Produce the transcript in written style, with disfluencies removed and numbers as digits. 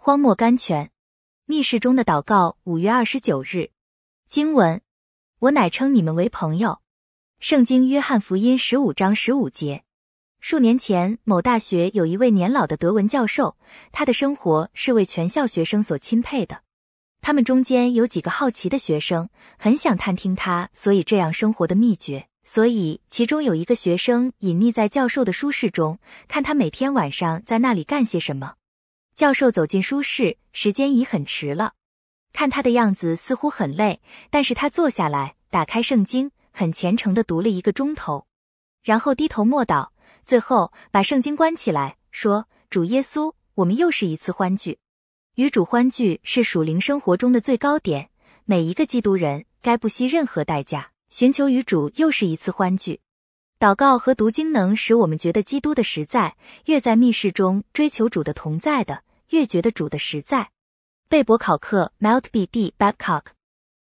荒漠甘泉。密室中的祷告，5月29日。经文：我乃称你们为朋友。圣经约翰福音15章15节。数年前，某大学有一位年老的德文教授，他的生活是为全校学生所钦佩的。他们中间有几个好奇的学生，很想探听他所以这样生活的秘诀，所以其中有一个学生隐匿在教授的书室中，看他每天晚上在那里干些什么。教授走进书室，时间已很迟了。看他的样子似乎很累，但是他坐下来，打开圣经，很虔诚地读了1个钟头，然后低头默祷，最后把圣经关起来，说：主耶稣，我们又是一次欢聚。与主欢聚是属灵生活中的最高点，每一个基督人该不惜任何代价，寻求与主又是一次欢聚。祷告和读经能使我们觉得基督的实在，越在密室中追求主的同在的，越觉得主的实在。贝伯考克 Maltby D. Babcock